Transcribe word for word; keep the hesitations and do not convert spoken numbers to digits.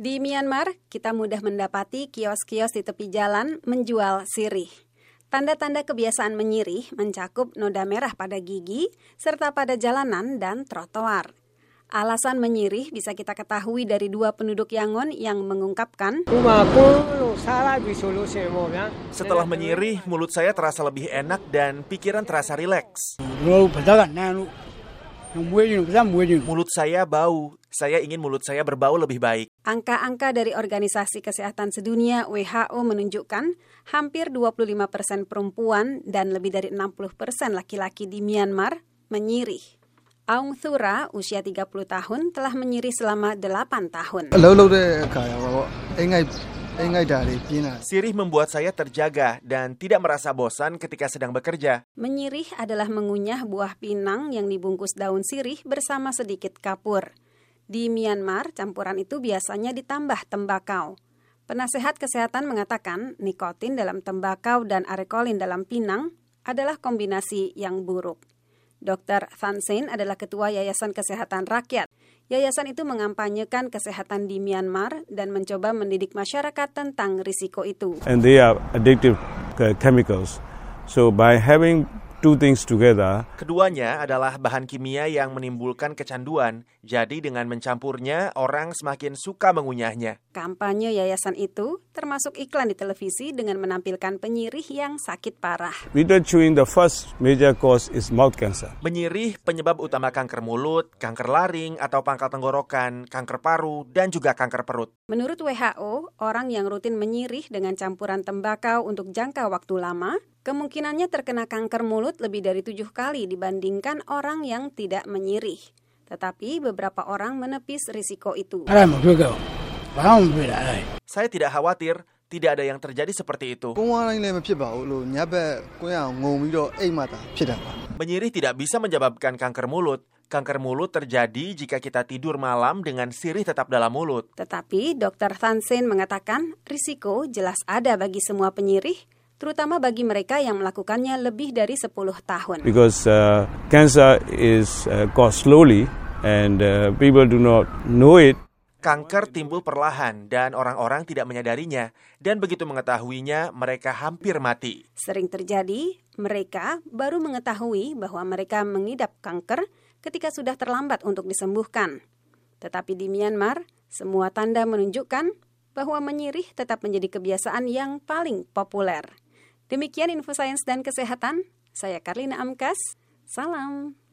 Di Myanmar, kita mudah mendapati kios-kios di tepi jalan menjual sirih. Tanda-tanda kebiasaan menyirih mencakup noda merah pada gigi, serta pada jalanan dan trotoar. Alasan menyirih bisa kita ketahui dari dua penduduk Yangon yang mengungkapkan, setelah menyirih, mulut saya terasa lebih enak dan pikiran terasa rileks. Mulut saya bau. Saya ingin mulut saya berbau lebih baik. Angka-angka dari Organisasi Kesehatan Sedunia W H O menunjukkan hampir dua puluh lima persen perempuan dan lebih dari enam puluh persen laki-laki di Myanmar menyirih. Aung Thura, usia tiga puluh tahun, telah menyirih selama delapan tahun. Sirih membuat saya terjaga dan tidak merasa bosan ketika sedang bekerja. Menyirih adalah mengunyah buah pinang yang dibungkus daun sirih bersama sedikit kapur. Di Myanmar, campuran itu biasanya ditambah tembakau. Penasehat kesehatan mengatakan nikotin dalam tembakau dan arekolin dalam pinang adalah kombinasi yang buruk. dokter Than Sein adalah ketua Yayasan Kesehatan Rakyat. Yayasan itu mengampanyekan kesehatan di Myanmar dan mencoba mendidik masyarakat tentang risiko itu. And they are addictive chemicals. So by having two things together, keduanya adalah bahan kimia yang menimbulkan kecanduan. Jadi dengan mencampurnya, orang semakin suka mengunyahnya. Kampanye yayasan itu termasuk iklan di televisi dengan menampilkan penyirih yang sakit parah. Bitter chewing, the first major cause is mouth cancer. Menyirih penyebab utama kanker mulut, kanker laring atau pangkal tenggorokan, kanker paru, dan juga kanker perut. Menurut W H O, orang yang rutin menyirih dengan campuran tembakau untuk jangka waktu lama, kemungkinannya terkena kanker mulut lebih dari tujuh kali dibandingkan orang yang tidak menyirih. Tetapi beberapa orang menepis risiko itu. Saya tidak khawatir, tidak ada yang terjadi seperti itu. Menyirih tidak bisa menyebabkan kanker mulut. Kanker mulut terjadi jika kita tidur malam dengan sirih tetap dalam mulut. Tetapi dokter Than Sein mengatakan risiko jelas ada bagi semua penyirih, terutama bagi mereka yang melakukannya lebih dari sepuluh tahun. Because uh, cancer is uh, caused slowly and uh, people do not know it. Kanker timbul perlahan dan orang-orang tidak menyadarinya, dan begitu mengetahuinya mereka hampir mati. Sering terjadi, mereka baru mengetahui bahwa mereka mengidap kanker ketika sudah terlambat untuk disembuhkan. Tetapi di Myanmar, semua tanda menunjukkan bahwa menyirih tetap menjadi kebiasaan yang paling populer. Demikian Info Sains dan Kesehatan, saya Karlina Amkas, salam.